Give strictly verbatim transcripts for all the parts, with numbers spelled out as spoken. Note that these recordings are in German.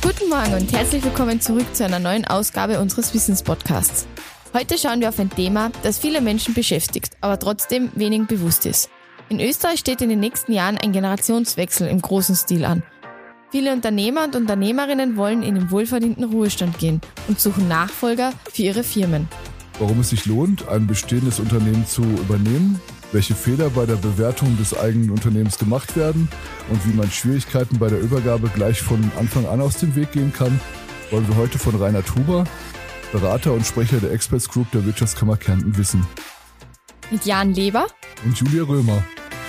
Guten Morgen und herzlich willkommen zurück zu einer neuen Ausgabe unseres Wissenspodcasts. Heute schauen wir auf ein Thema, das viele Menschen beschäftigt, aber trotzdem wenig bewusst ist. In Österreich steht in den nächsten Jahren ein Generationswechsel im großen Stil an. Viele Unternehmer und Unternehmerinnen wollen in den wohlverdienten Ruhestand gehen und suchen Nachfolger für ihre Firmen. Warum es sich lohnt, ein bestehendes Unternehmen zu übernehmen, welche Fehler bei der Bewertung des eigenen Unternehmens gemacht werden und wie man Schwierigkeiten bei der Übergabe gleich von Anfang an aus dem Weg gehen kann, wollen wir heute von Reinhard Huber, Berater und Sprecher der Experts Group der Wirtschaftskammer Kärnten, wissen. Mit Jan Leber und Julia Römer.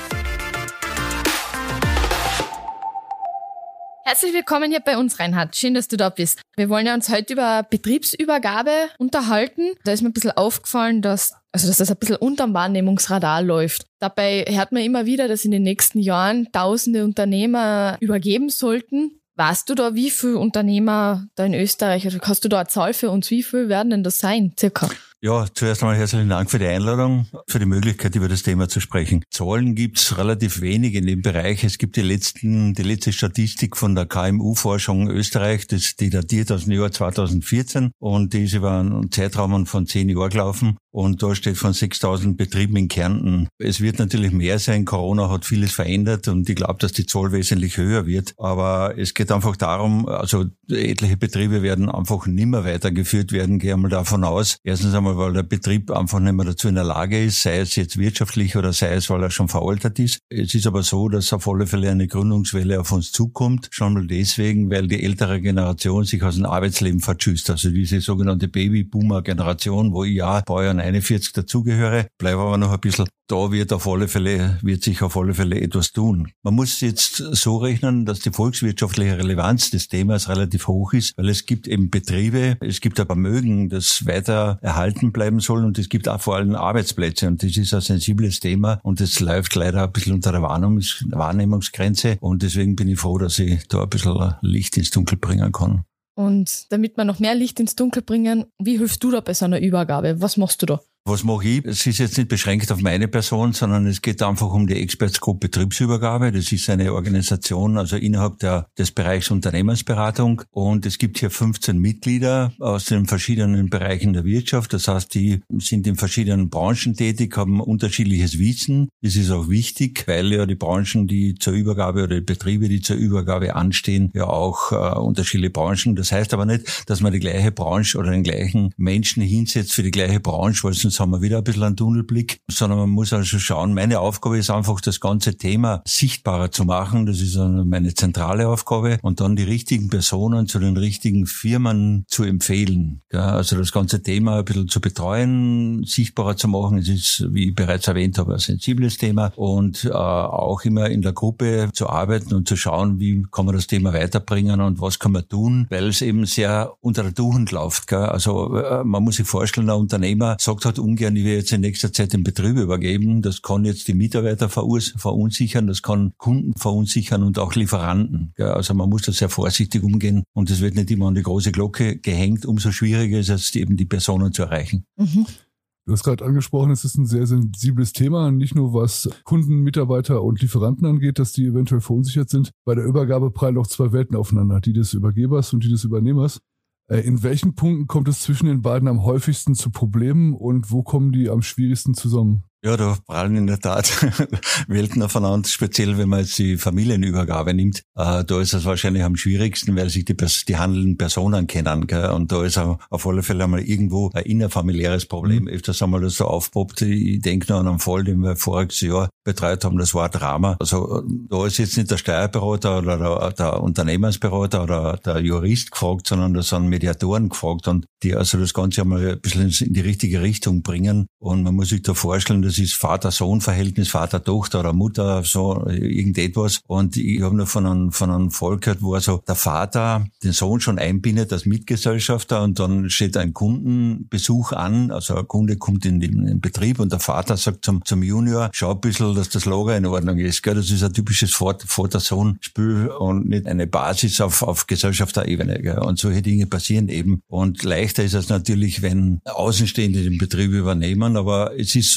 Herzlich willkommen hier bei uns, Reinhard. Schön, dass du da bist. Wir wollen ja uns heute über Betriebsübergabe unterhalten. Da ist mir ein bisschen aufgefallen, dass, also dass das ein bisschen unterm Wahrnehmungsradar läuft. Dabei hört man immer wieder, dass in den nächsten Jahren tausende Unternehmer übergeben sollten. Weißt du da, wie viele Unternehmer da in Österreich, also hast du da eine Zahl für uns, wie viel werden denn das sein, circa? Ja, zuerst einmal herzlichen Dank für die Einladung, für die Möglichkeit, über das Thema zu sprechen. Zahlen gibt's relativ wenig in dem Bereich. Es gibt die letzten, die letzte Statistik von der K M U-Forschung Österreich, das, die datiert aus dem Jahr zweitausendvierzehn und die ist über einen Zeitraum von zehn Jahren gelaufen. Und da steht von sechstausend Betrieben in Kärnten. Es wird natürlich mehr sein. Corona hat vieles verändert und ich glaube, dass die Zahl wesentlich höher wird. Aber es geht einfach darum, also etliche Betriebe werden einfach nimmer weitergeführt werden, gehe einmal davon aus. Erstens einmal, weil der Betrieb einfach nicht mehr dazu in der Lage ist, sei es jetzt wirtschaftlich oder sei es, weil er schon veraltet ist. Es ist aber so, dass auf alle Fälle eine Gründungswelle auf uns zukommt. Schon mal deswegen, weil die ältere Generation sich aus dem Arbeitsleben vertschüsst. Also diese sogenannte Babyboomer-Generation, wo ich ja bei Jahren einundvierzig dazugehöre, bleibe aber noch ein bisschen. Da wird auf alle Fälle, wird sich auf alle Fälle etwas tun. Man muss jetzt so rechnen, dass die volkswirtschaftliche Relevanz des Themas relativ hoch ist, weil es gibt eben Betriebe, es gibt ein Vermögen, das weiter erhalten bleiben soll und es gibt auch vor allem Arbeitsplätze und das ist ein sensibles Thema und das läuft leider ein bisschen unter der Wahrnehmungs- Wahrnehmungsgrenze und deswegen bin ich froh, dass ich da ein bisschen Licht ins Dunkel bringen kann. Und damit wir noch mehr Licht ins Dunkel bringen, wie hilfst du da bei so einer Übergabe? Was machst du da? Was mache ich? Es ist jetzt nicht beschränkt auf meine Person, sondern es geht einfach um die Experts Group Betriebsübergabe. Das ist eine Organisation, also innerhalb der, des Bereichs Unternehmensberatung. Und es gibt hier fünfzehn Mitglieder aus den verschiedenen Bereichen der Wirtschaft. Das heißt, die sind in verschiedenen Branchen tätig, haben unterschiedliches Wissen. Das ist auch wichtig, weil ja die Branchen, die zur Übergabe oder die Betriebe, die zur Übergabe anstehen, ja auch äh, unterschiedliche Branchen. Das heißt aber nicht, dass man die gleiche Branche oder den gleichen Menschen hinsetzt für die gleiche Branche, weil sonst haben wir wieder ein bisschen einen Tunnelblick, sondern man muss also schauen, meine Aufgabe ist einfach, das ganze Thema sichtbarer zu machen. Das ist meine zentrale Aufgabe und dann die richtigen Personen zu den richtigen Firmen zu empfehlen. Also das ganze Thema ein bisschen zu betreuen, sichtbarer zu machen. Es ist, wie ich bereits erwähnt habe, ein sensibles Thema und äh, auch immer in der Gruppe zu arbeiten und zu schauen, wie kann man das Thema weiterbringen und was kann man tun, weil es eben sehr unter der Tugend läuft. Gell? Also äh, man muss sich vorstellen, ein Unternehmer sagt halt ungern, ich will jetzt in nächster Zeit den Betrieb übergeben. Das kann jetzt die Mitarbeiter verunsichern, das kann Kunden verunsichern und auch Lieferanten. Also man muss da sehr vorsichtig umgehen und es wird nicht immer an die große Glocke gehängt. Umso schwieriger ist es eben, die Personen zu erreichen. Mhm. Du hast gerade angesprochen, es ist ein sehr sensibles Thema, nicht nur was Kunden, Mitarbeiter und Lieferanten angeht, dass die eventuell verunsichert sind. Bei der Übergabe prallen auch zwei Welten aufeinander, die des Übergebers und die des Übernehmers. In welchen Punkten kommt es zwischen den beiden am häufigsten zu Problemen und wo kommen die am schwierigsten zusammen? Ja, da prallen in der Tat Welten aufeinander, speziell wenn man jetzt die Familienübergabe nimmt. Äh, da ist es wahrscheinlich am schwierigsten, weil sich die, die handelnden Personen kennen. Gell? Und da ist auch auf alle Fälle einmal irgendwo ein innerfamiliäres Problem. Mhm. Öfters einmal das so aufpoppt. Ich denke noch an einen Fall, den wir voriges Jahr betreut haben, das war ein Drama. Also da ist jetzt nicht der Steuerberater oder der, der Unternehmensberater oder der Jurist gefragt, sondern da sind Mediatoren gefragt und die also das Ganze einmal ein bisschen in die richtige Richtung bringen. Und man muss sich da vorstellen, das ist Vater-Sohn-Verhältnis, Vater-Tochter oder Mutter, so irgendetwas. Und ich habe nur von einem, von einem Fall gehört, wo also der Vater den Sohn schon einbindet als Mitgesellschafter und dann steht ein Kundenbesuch an, also ein Kunde kommt in den, in den Betrieb und der Vater sagt zum, zum Junior, schau ein bisschen, dass das Lager in Ordnung ist. Gell? Das ist ein typisches Vater-Sohn-Spiel und nicht eine Basis auf, auf Gesellschafterebene. Gell? Und solche Dinge passieren eben. Und leichter ist es natürlich, wenn Außenstehende den Betrieb übernehmen, aber es ist so, leider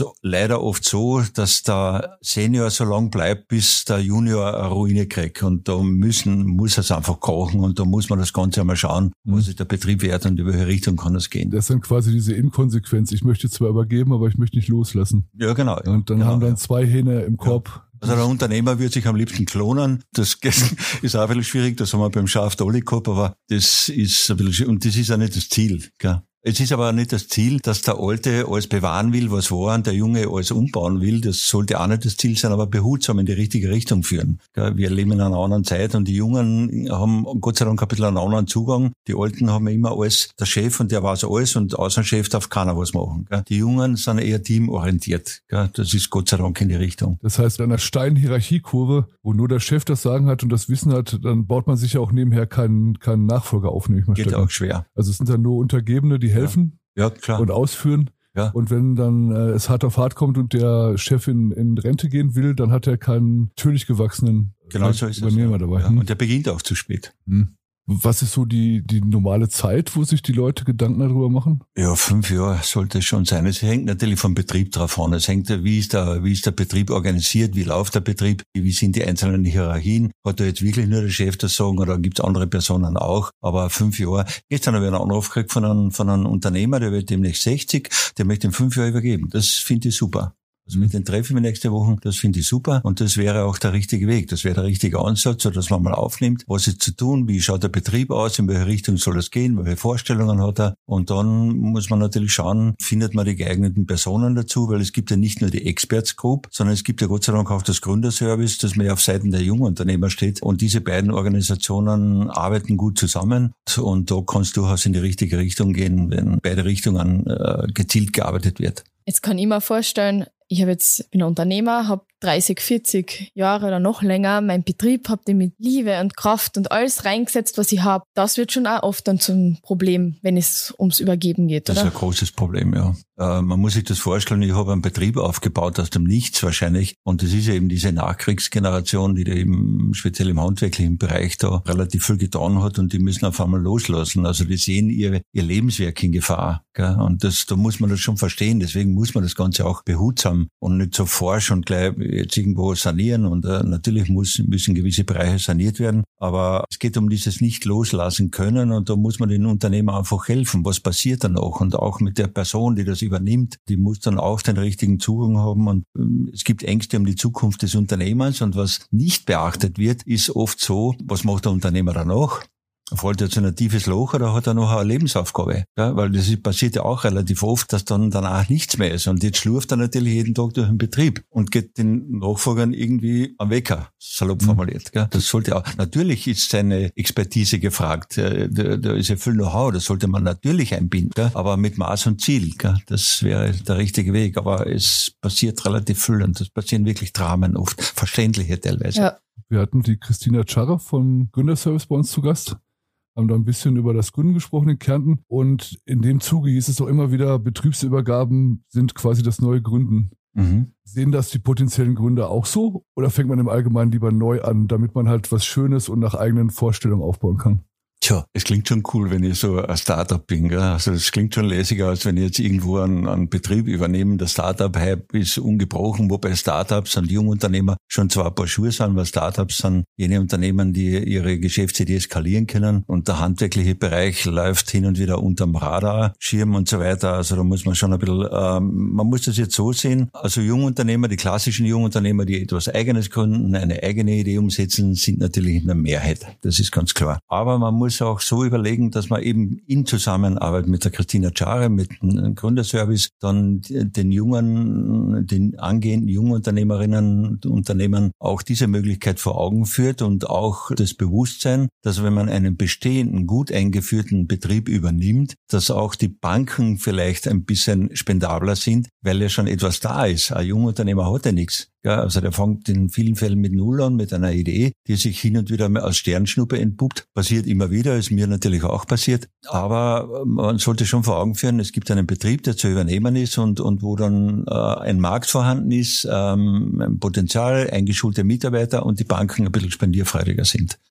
leider oft so, dass der Senior so lang bleibt, bis der Junior eine Ruine kriegt. Und da müssen, muss es einfach kochen und da muss man das Ganze einmal schauen, wo sich der Betrieb wehrt und in welche Richtung kann es gehen. Das ist dann quasi diese Inkonsequenz. Ich möchte zwar übergeben, aber ich möchte nicht loslassen. Ja, genau. Und dann genau, haben dann ja. zwei Hähne im Korb. Ja. Also der Unternehmer wird sich am liebsten klonen. Das ist auch ein bisschen schwierig, das haben wir beim Schaf alle gehabt, aber das ist ein bisschen schwierig. Und das ist auch nicht das Ziel, gell? Es ist aber auch nicht das Ziel, dass der Alte alles bewahren will, was war, und der Junge alles umbauen will. Das sollte auch nicht das Ziel sein, aber behutsam in die richtige Richtung führen. Wir leben in einer anderen Zeit und die Jungen haben Gott sei Dank ein bisschen einen anderen Zugang. Die Alten haben immer alles, der Chef und der weiß alles und außer dem Chef darf keiner was machen. Die Jungen sind eher teamorientiert. Das ist Gott sei Dank in die Richtung. Das heißt, an einer steilen Hierarchiekurve, wo nur der Chef das Sagen hat und das Wissen hat, dann baut man sich ja auch nebenher keinen, keinen Nachfolger auf, nehme ich mal Geht stark. auch schwer. Also es sind dann nur Untergebene, die helfen ja. Ja, klar. und ausführen. Ja. Und wenn dann äh, es hart auf hart kommt und der Chef in, in Rente gehen will, dann hat er keinen natürlich gewachsenen genau so ist Übernehmer es, ja. dabei. Ja. Und der beginnt auch zu spät. Hm. Was ist so die, die normale Zeit, wo sich die Leute Gedanken darüber machen? Ja, fünf Jahre sollte es schon sein. Es hängt natürlich vom Betrieb drauf an. Es hängt, wie ist der, wie ist der Betrieb organisiert? Wie läuft der Betrieb? Wie sind die einzelnen Hierarchien? Hat da jetzt wirklich nur der Chef das Sagen oder gibt es andere Personen auch? Aber fünf Jahre. Gestern habe ich einen Anruf gekriegt von einem, von einem Unternehmer, der wird demnächst sechzig, der möchte in fünf Jahre übergeben. Das finde ich super. Also mit den treffen wir nächste Woche, das finde ich super und das wäre auch der richtige Weg, das wäre der richtige Ansatz, so dass man mal aufnimmt, was ist zu tun, wie schaut der Betrieb aus, in welche Richtung soll es gehen, welche Vorstellungen hat er und dann muss man natürlich schauen, findet man die geeigneten Personen dazu, weil es gibt ja nicht nur die Experts Group, sondern es gibt ja Gott sei Dank auch das Gründerservice, das mehr auf Seiten der Jungunternehmer steht und diese beiden Organisationen arbeiten gut zusammen und da kann es durchaus in die richtige Richtung gehen, wenn beide Richtungen äh, gezielt gearbeitet wird. Jetzt kann ich mir vorstellen, ich habe jetzt, bin ein Unternehmer, habe dreißig, vierzig Jahre oder noch länger meinen Betrieb, habe den mit Liebe und Kraft und alles reingesetzt, was ich habe. Das wird schon auch oft dann zum Problem, wenn es ums Übergeben geht, das oder? Das ist ein großes Problem, ja. Äh, man muss sich das vorstellen, ich habe einen Betrieb aufgebaut aus dem Nichts wahrscheinlich und das ist ja eben diese Nachkriegsgeneration, die da eben speziell im handwerklichen Bereich da relativ viel getan hat und die müssen auf einmal loslassen. Also die sehen ihr, ihr Lebenswerk in Gefahr, gell? Und das, da muss man das schon verstehen, deswegen muss man das Ganze auch behutsam und nicht so forsch und gleich jetzt irgendwo sanieren und äh, natürlich muss, müssen gewisse Bereiche saniert werden, aber es geht um dieses nicht loslassen können und da muss man den Unternehmer einfach helfen. Was passiert dann auch? Und auch mit der Person, die das übernimmt, die muss dann auch den richtigen Zugang haben und äh, es gibt Ängste um die Zukunft des Unternehmens und was nicht beachtet wird, ist oft so, was macht der Unternehmer danach? Fällt jetzt in ein tiefes Loch oder hat er noch eine Lebensaufgabe? Ja, weil das ist, passiert ja auch relativ oft, dass dann danach nichts mehr ist. Und jetzt schlurft er natürlich jeden Tag durch den Betrieb und geht den Nachfolgern irgendwie am Wecker, salopp formuliert. Gell? Das sollte auch, natürlich ist seine Expertise gefragt. Da, da ist ja viel Know-how, das sollte man natürlich einbinden, gell? Aber mit Maß und Ziel. Gell? Das wäre der richtige Weg. Aber es passiert relativ viel und das passieren wirklich Dramen oft, verständliche teilweise. Ja. Wir hatten die Christina Czarra von Gründerservice bei uns zu Gast. Haben da ein bisschen über das Gründen gesprochen in Kärnten und in dem Zuge hieß es auch immer wieder, Betriebsübergaben sind quasi das neue Gründen. Mhm. Sehen das die potenziellen Gründer auch so oder fängt man im Allgemeinen lieber neu an, damit man halt was Schönes und nach eigenen Vorstellungen aufbauen kann? Tja, es klingt schon cool, wenn ich so ein Startup bin. Gell? Also es klingt schon lässiger, als wenn ich jetzt irgendwo einen, einen Betrieb übernehme. Der Startup-Hype ist ungebrochen, wobei Startups und Jungunternehmer schon zwar ein paar Schuhe sind, weil Startups sind jene Unternehmen, die ihre Geschäftsidee skalieren können und der handwerkliche Bereich läuft hin und wieder unterm Radarschirm und so weiter. Also da muss man schon ein bisschen, ähm, man muss das jetzt so sehen. Also Jungunternehmer, die klassischen Jungunternehmer, die etwas Eigenes gründen, eine eigene Idee umsetzen, sind natürlich in der Mehrheit. Das ist ganz klar. Aber man muss auch so überlegen, dass man eben in Zusammenarbeit mit der Christina Czarra, mit dem Gründerservice, dann den jungen, den angehenden Jungunternehmerinnen und Unternehmern auch diese Möglichkeit vor Augen führt und auch das Bewusstsein, dass wenn man einen bestehenden, gut eingeführten Betrieb übernimmt, dass auch die Banken vielleicht ein bisschen spendabler sind, weil ja schon etwas da ist. Ein Jungunternehmer hat ja nichts. Ja, also der fängt in vielen Fällen mit Null an, mit einer Idee, die sich hin und wieder als Sternschnuppe entpuppt. Passiert immer wieder, ist mir natürlich auch passiert. Aber man sollte schon vor Augen führen, es gibt einen Betrieb, der zu übernehmen ist und, und wo dann äh, ein Markt vorhanden ist, ähm, ein Potenzial, eingeschulte Mitarbeiter und die Banken ein bisschen spendierfreudiger sind.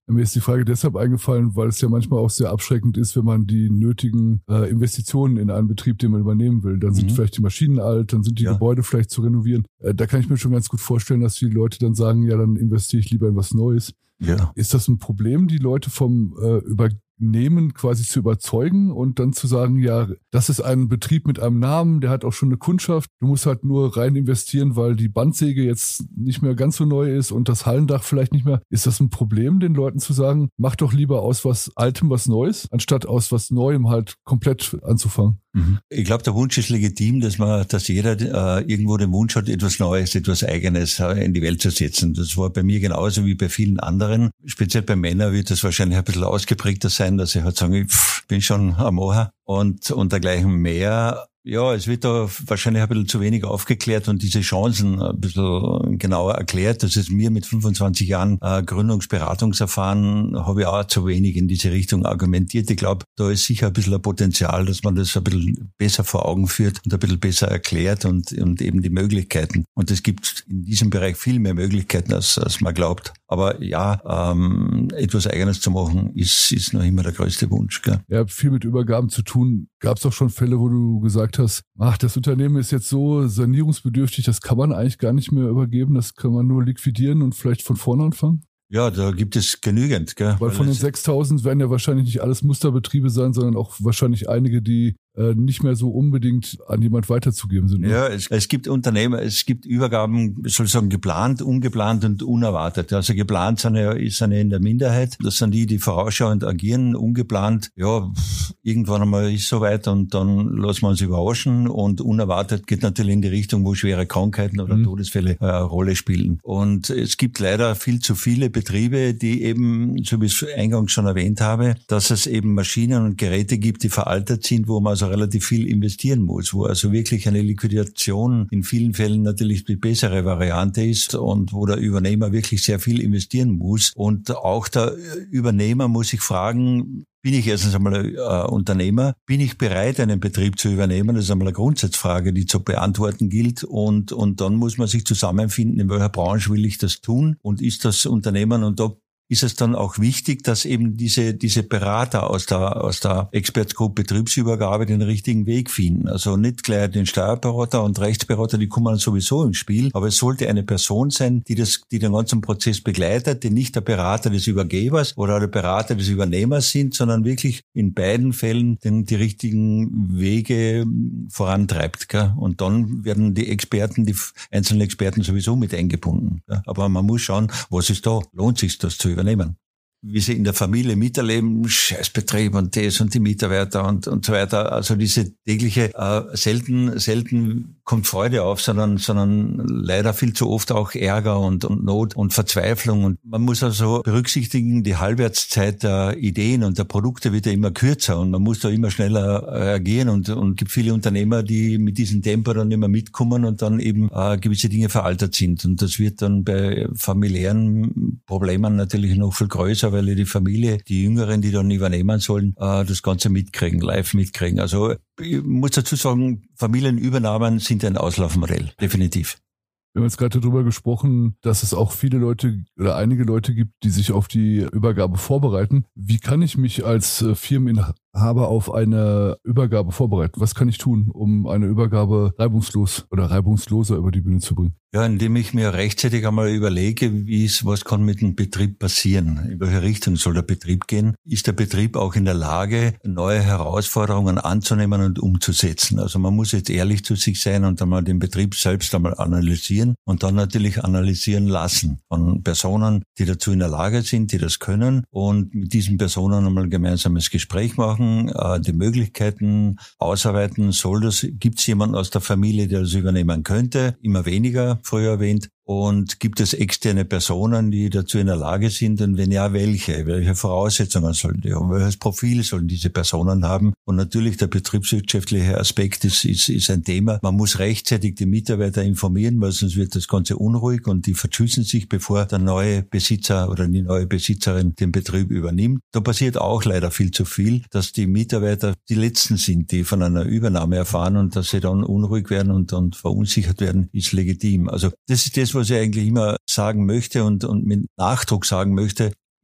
Mir ist die Frage deshalb eingefallen, weil es ja manchmal auch sehr abschreckend ist, wenn man die nötigen äh, Investitionen in einen Betrieb, den man übernehmen will. Dann sind mhm. vielleicht die Maschinen alt, dann sind die ja. Gebäude vielleicht zu renovieren. Äh, da kann ich mir schon ganz gut vorstellen, dass die Leute dann sagen, ja, dann investiere ich lieber in was Neues. Ja. Ist das ein Problem, die Leute vom äh, Übernehmen quasi zu überzeugen und dann zu sagen, ja, das ist ein Betrieb mit einem Namen, der hat auch schon eine Kundschaft, du musst halt nur rein investieren, weil die Bandsäge jetzt nicht mehr ganz so neu ist und das Hallendach vielleicht nicht mehr. Ist das ein Problem, den Leuten zu sagen, mach doch lieber aus was Altem was Neues, anstatt aus was Neuem halt komplett anzufangen? Ich glaube, der Wunsch ist legitim, dass man, dass jeder äh, irgendwo den Wunsch hat, etwas Neues, etwas Eigenes äh, in die Welt zu setzen. Das war bei mir genauso wie bei vielen anderen. Speziell bei Männern wird das wahrscheinlich ein bisschen ausgeprägter sein, dass sie halt sagen, ich pff, bin schon am Machen und, und dergleichen mehr. Ja, es wird da wahrscheinlich ein bisschen zu wenig aufgeklärt und diese Chancen ein bisschen genauer erklärt. Das ist mir mit fünfundzwanzig Jahren äh, Gründungsberatungserfahren, habe ich auch zu wenig in diese Richtung argumentiert. Ich glaube, da ist sicher ein bisschen ein Potenzial, dass man das ein bisschen besser vor Augen führt und ein bisschen besser erklärt und, und eben die Möglichkeiten. Und es gibt in diesem Bereich viel mehr Möglichkeiten, als, als man glaubt. Aber ja, ähm, etwas Eigenes zu machen, ist, ist noch immer der größte Wunsch. Gell? Ja, viel mit Übergaben zu tun. Gab es auch schon Fälle, wo du gesagt hast, ach, das Unternehmen ist jetzt so sanierungsbedürftig, das kann man eigentlich gar nicht mehr übergeben, das kann man nur liquidieren und vielleicht von vorne anfangen? Ja, da gibt es genügend. Gell? Weil, Weil von den sechstausend werden ja wahrscheinlich nicht alles Musterbetriebe sein, sondern auch wahrscheinlich einige, die äh, nicht mehr so unbedingt an jemand weiterzugeben sind. Ne? Ja, es, es gibt Unternehmer, es gibt Übergaben, sozusagen geplant, ungeplant und unerwartet. Also geplant sind ja, ist eine in der Minderheit. Das sind die, die vorausschauend agieren. Ungeplant, ja, irgendwann einmal ist soweit und dann lassen wir uns überraschen. Und unerwartet geht natürlich in die Richtung, wo schwere Krankheiten oder mhm. Todesfälle eine Rolle spielen. Und es gibt leider viel zu viele Betriebe, die eben, so wie ich es eingangs schon erwähnt habe, dass es eben Maschinen und Geräte gibt, die veraltet sind, wo man also relativ viel investieren muss, wo also wirklich eine Liquidation in vielen Fällen natürlich die bessere Variante ist und wo der Übernehmer wirklich sehr viel investieren muss. Und auch der Übernehmer muss sich fragen, bin ich erstens einmal äh, Unternehmer? Bin ich bereit, einen Betrieb zu übernehmen? Das ist einmal eine Grundsatzfrage, die zu beantworten gilt. Und, und dann muss man sich zusammenfinden, in welcher Branche will ich das tun? Und ist das Unternehmen? Und da ist es dann auch wichtig, dass eben diese diese Berater aus der aus der Experts Group Betriebsübergabe den richtigen Weg finden. Also nicht gleich den Steuerberater und Rechtsberater, die kommen sowieso ins Spiel, aber es sollte eine Person sein, die das die den ganzen Prozess begleitet, die nicht der Berater des Übergebers oder der Berater des Übernehmers sind, sondern wirklich in beiden Fällen den die richtigen Wege vorantreibt. Gell? Und dann werden die Experten, die einzelnen Experten sowieso mit eingebunden. Gell? Aber man muss schauen, was ist da? Lohnt sich das zu übernehmen? Wie sie in der Familie miterleben, Scheißbetrieb und das und die Mitarbeiter und, und so weiter. Also diese tägliche, äh, selten, selten kommt Freude auf, sondern, sondern leider viel zu oft auch Ärger und, und Not und Verzweiflung. Und man muss also berücksichtigen, die Halbwertszeit der Ideen und der Produkte wird ja immer kürzer und man muss da immer schneller reagieren und, und gibt viele Unternehmer, die mit diesem Tempo dann immer mitkommen und dann eben äh, gewisse Dinge veraltet sind. Und das wird dann bei familiären Problemen natürlich noch viel größer, weil die Familie, die Jüngeren, die dann übernehmen sollen, das Ganze mitkriegen, live mitkriegen. Also ich muss dazu sagen, Familienübernahmen sind ein Auslaufmodell, definitiv. Wir haben jetzt gerade darüber gesprochen, dass es auch viele Leute oder einige Leute gibt, die sich auf die Übergabe vorbereiten. Wie kann ich mich als Firmeninhaber auf eine Übergabe vorbereiten? Was kann ich tun, um eine Übergabe reibungslos oder reibungsloser über die Bühne zu bringen? Ja, indem ich mir rechtzeitig einmal überlege, wie es, was kann mit dem Betrieb passieren? In welche Richtung soll der Betrieb gehen? Ist der Betrieb auch in der Lage, neue Herausforderungen anzunehmen und umzusetzen? Also man muss jetzt ehrlich zu sich sein und einmal den Betrieb selbst einmal analysieren und dann natürlich analysieren lassen von Personen, die dazu in der Lage sind, die das können und mit diesen Personen einmal ein gemeinsames Gespräch machen, die Möglichkeiten ausarbeiten. Soll das, gibt es jemanden aus der Familie, der das übernehmen könnte? Immer weniger, früher erwähnt. Und gibt es externe Personen, die dazu in der Lage sind? Und wenn ja, welche? Welche Voraussetzungen sollen die haben? Welches Profil sollen diese Personen haben? Und natürlich der betriebswirtschaftliche Aspekt ist, ist, ist ein Thema. Man muss rechtzeitig die Mitarbeiter informieren, weil sonst wird das Ganze unruhig und die verschützen sich, bevor der neue Besitzer oder die neue Besitzerin den Betrieb übernimmt. Da passiert auch leider viel zu viel, dass die Mitarbeiter die Letzten sind, die von einer Übernahme erfahren und dass sie dann unruhig werden und, und verunsichert werden, ist legitim. Also das ist das, was ich eigentlich immer sagen möchte und, und mit Nachdruck sagen möchte.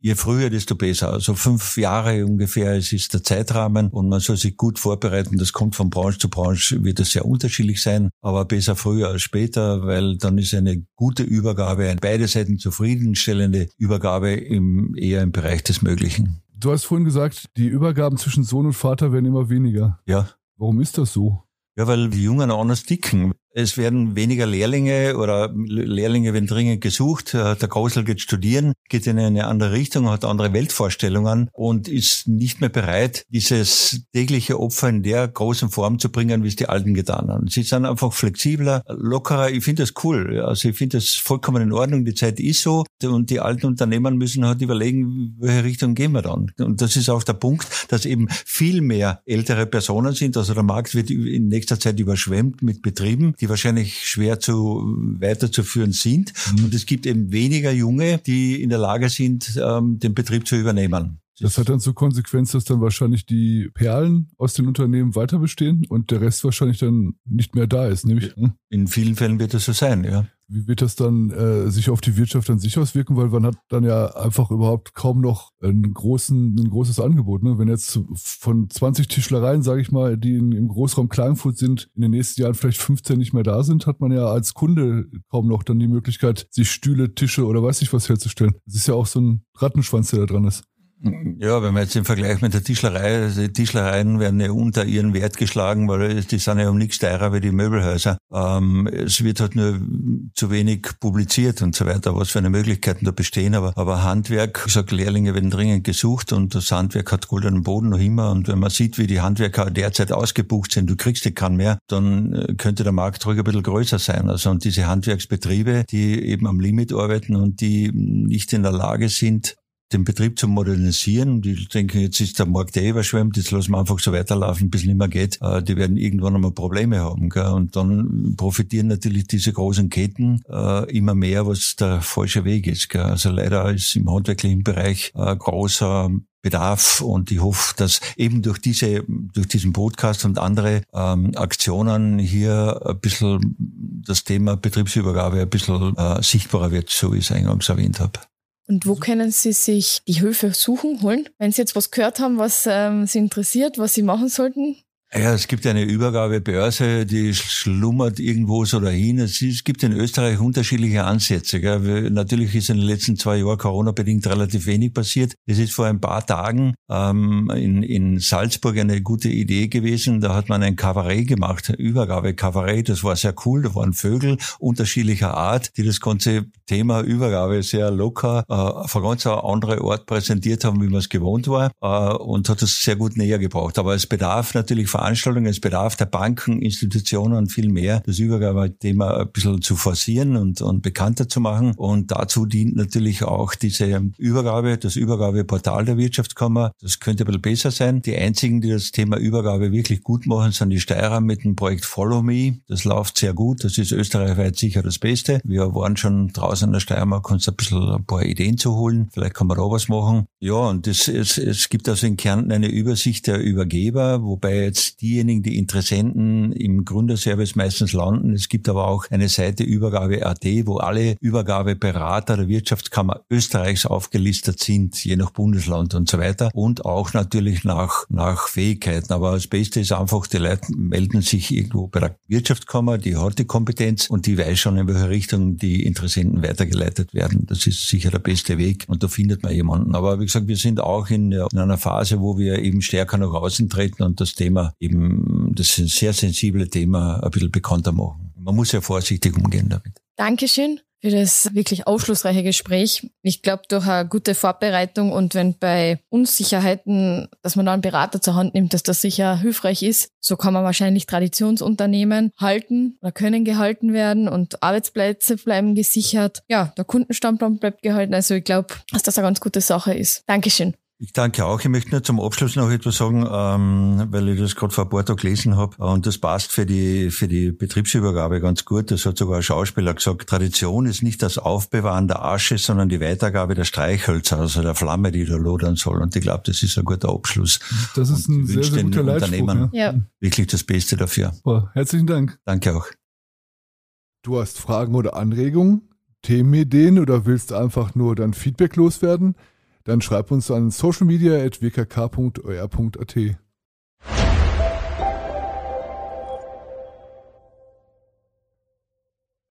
Je früher, desto besser. Also fünf Jahre ungefähr, es ist der Zeitrahmen und man soll sich gut vorbereiten. Das kommt von Branche zu Branche, wird das sehr unterschiedlich sein, aber besser früher als später, weil dann ist eine gute Übergabe, eine beide Seiten zufriedenstellende Übergabe im, eher im Bereich des Möglichen. Du hast vorhin gesagt, die Übergaben zwischen Sohn und Vater werden immer weniger. Ja. Warum ist das so? Ja, weil die Jungen anders ticken. Es werden weniger Lehrlinge oder Lehrlinge werden dringend gesucht. Der Großteil geht studieren, geht in eine andere Richtung, hat andere Weltvorstellungen und ist nicht mehr bereit, dieses tägliche Opfer in der großen Form zu bringen, wie es die Alten getan haben. Sie sind einfach flexibler, lockerer. Ich finde das cool. Also ich finde das vollkommen in Ordnung. Die Zeit ist so und die alten Unternehmer müssen halt überlegen, welche Richtung gehen wir dann. Und das ist auch der Punkt, dass eben viel mehr ältere Personen sind. Also der Markt wird in nächster Zeit überschwemmt mit Betrieben, die wahrscheinlich schwer zu weiterzuführen sind. Mhm. Und es gibt eben weniger Junge, die in der Lage sind, ähm, den Betrieb zu übernehmen. Das hat dann zur Konsequenz, dass dann wahrscheinlich die Perlen aus den Unternehmen weiter bestehen und der Rest wahrscheinlich dann nicht mehr da ist, nämlich. Hm? In vielen Fällen wird das so sein, ja. Wie wird das dann äh, sich auf die Wirtschaft an sich auswirken? Weil man hat dann ja einfach überhaupt kaum noch einen großen, ein großes Angebot. Ne? Wenn jetzt von zwanzig Tischlereien, sage ich mal, die in, im Großraum Klagenfurt sind, in den nächsten Jahren vielleicht fünfzehn nicht mehr da sind, hat man ja als Kunde kaum noch dann die Möglichkeit, sich Stühle, Tische oder weiß ich was herzustellen. Das ist ja auch so ein Rattenschwanz, der da dran ist. Ja, wenn man jetzt im Vergleich mit der Tischlerei, also die Tischlereien werden ja unter ihren Wert geschlagen, weil die sind ja um nichts teurer wie die Möbelhäuser. Ähm, es wird halt nur zu wenig publiziert und so weiter, was für eine Möglichkeiten da bestehen. Aber, aber Handwerk, ich sag, Lehrlinge werden dringend gesucht und das Handwerk hat goldenen Boden noch immer. Und wenn man sieht, wie die Handwerker derzeit ausgebucht sind, du kriegst die keinen mehr, dann könnte der Markt ruhig ein bisschen größer sein. Also und diese Handwerksbetriebe, die eben am Limit arbeiten und die nicht in der Lage sind, den Betrieb zu modernisieren. Die denken, jetzt ist der Markt eh überschwemmt, jetzt lassen wir einfach so weiterlaufen, bis es nicht mehr geht. Die werden irgendwann einmal Probleme haben. Gell? Und dann profitieren natürlich diese großen Ketten äh, immer mehr, was der falsche Weg ist. Gell? Also leider ist im handwerklichen Bereich äh, großer Bedarf und ich hoffe, dass eben durch diese, durch diesen Podcast und andere ähm, Aktionen hier ein bisschen das Thema Betriebsübergabe ein bisschen äh, sichtbarer wird, so wie ich es eingangs erwähnt habe. Und wo können Sie sich die Hilfe suchen, holen? Wenn Sie jetzt was gehört haben, was ähm, Sie interessiert, was Sie machen sollten? Ja, es gibt eine Übergabebörse, die schlummert irgendwo so dahin. Es, es gibt in Österreich unterschiedliche Ansätze. Gell. Natürlich ist in den letzten zwei Jahren Corona-bedingt relativ wenig passiert. Es ist vor ein paar Tagen ähm, in, in Salzburg eine gute Idee gewesen. Da hat man ein Kabarett gemacht, Übergabe-Kabarett. Das war sehr cool. Da waren Vögel unterschiedlicher Art, die das ganze Thema Übergabe sehr locker äh, auf eine ganz andere Art präsentiert haben, wie man es gewohnt war, äh, und hat es sehr gut näher gebracht. Aber es bedarf natürlich Veranstaltungen, es bedarf der Banken, Institutionen und viel mehr, das Übergabethema ein bisschen zu forcieren und, und bekannter zu machen. Und dazu dient natürlich auch diese Übergabe, das Übergabeportal der Wirtschaftskammer. Das könnte ein bisschen besser sein. Die einzigen, die das Thema Übergabe wirklich gut machen, sind die Steirer mit dem Projekt Follow Me. Das läuft sehr gut. Das ist österreichweit sicher das Beste. Wir waren schon draußen in der Steiermark, uns ein bisschen ein paar Ideen zu holen. Vielleicht kann man da was machen. Ja, und das, es, es gibt also in Kärnten eine Übersicht der Übergeber, wobei jetzt diejenigen, die Interessenten im Gründerservice meistens landen. Es gibt aber auch eine Seite Übergabe Punkt at, wo alle Übergabeberater der Wirtschaftskammer Österreichs aufgelistet sind, je nach Bundesland und so weiter. Und auch natürlich nach, nach Fähigkeiten. Aber das Beste ist einfach, die Leute melden sich irgendwo bei der Wirtschaftskammer, die hat die Kompetenz und die weiß schon, in welche Richtung die Interessenten weitergeleitet werden. Das ist sicher der beste Weg und da findet man jemanden. Aber wie gesagt, wir sind auch in, in einer Phase, wo wir eben stärker nach außen treten und das Thema eben, das ist ein sehr sensible Thema, ein bisschen bekannter machen. Man muss ja vorsichtig umgehen damit. Dankeschön für das wirklich aufschlussreiche Gespräch. Ich glaube, durch eine gute Vorbereitung und wenn bei Unsicherheiten, dass man da einen Berater zur Hand nimmt, dass das sicher hilfreich ist, so kann man wahrscheinlich Traditionsunternehmen halten oder können gehalten werden und Arbeitsplätze bleiben gesichert. Ja, der Kundenstammbaum bleibt gehalten. Also ich glaube, dass das eine ganz gute Sache ist. Dankeschön. Ich danke auch. Ich möchte nur zum Abschluss noch etwas sagen, ähm, weil ich das gerade vor ein paar Tagen gelesen habe. Und das passt für die für die Betriebsübergabe ganz gut. Das hat sogar ein Schauspieler gesagt. Tradition ist nicht das Aufbewahren der Asche, sondern die Weitergabe der Streichhölzer, also der Flamme, die da lodern soll. Und ich glaube, das ist ein guter Abschluss. Das ist ein sehr, sehr guter Leitspruch. Ja. Wirklich das Beste dafür. Oh, herzlichen Dank. Danke auch. Du hast Fragen oder Anregungen, Themenideen oder willst einfach nur dein Feedback loswerden? dann schreib uns an socialmedia at w k k punkt o r punkt a t.